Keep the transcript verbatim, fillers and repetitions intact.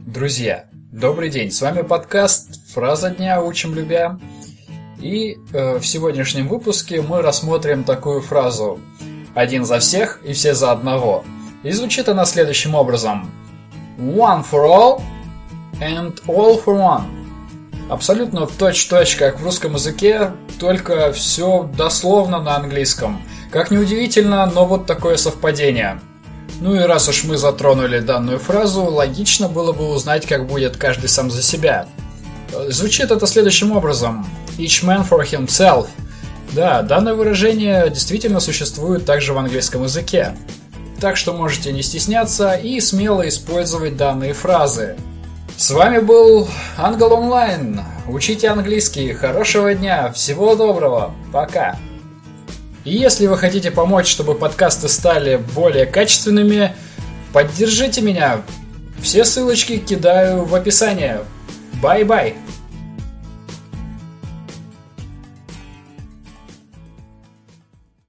Друзья, добрый день, с вами подкаст «Фраза дня. Учим любя». И э, в сегодняшнем выпуске мы рассмотрим такую фразу «один за всех и все за одного». И звучит она следующим образом: «One for all and all for one». Абсолютно точь-в-точь, как в русском языке, только все дословно на английском. Как ни удивительно, но вот такое совпадение. Ну и раз уж мы затронули данную фразу, логично было бы узнать, как будет каждый сам за себя. Звучит это следующим образом: Each man for himself. Да, данное выражение действительно существует также в английском языке. Так что можете не стесняться и смело использовать данные фразы. С вами был Англ Онлайн. Учите английский. Хорошего дня. Всего доброго. Пока. И если вы хотите помочь, чтобы подкасты стали более качественными, поддержите меня. Все ссылочки кидаю в описание. Бай-бай.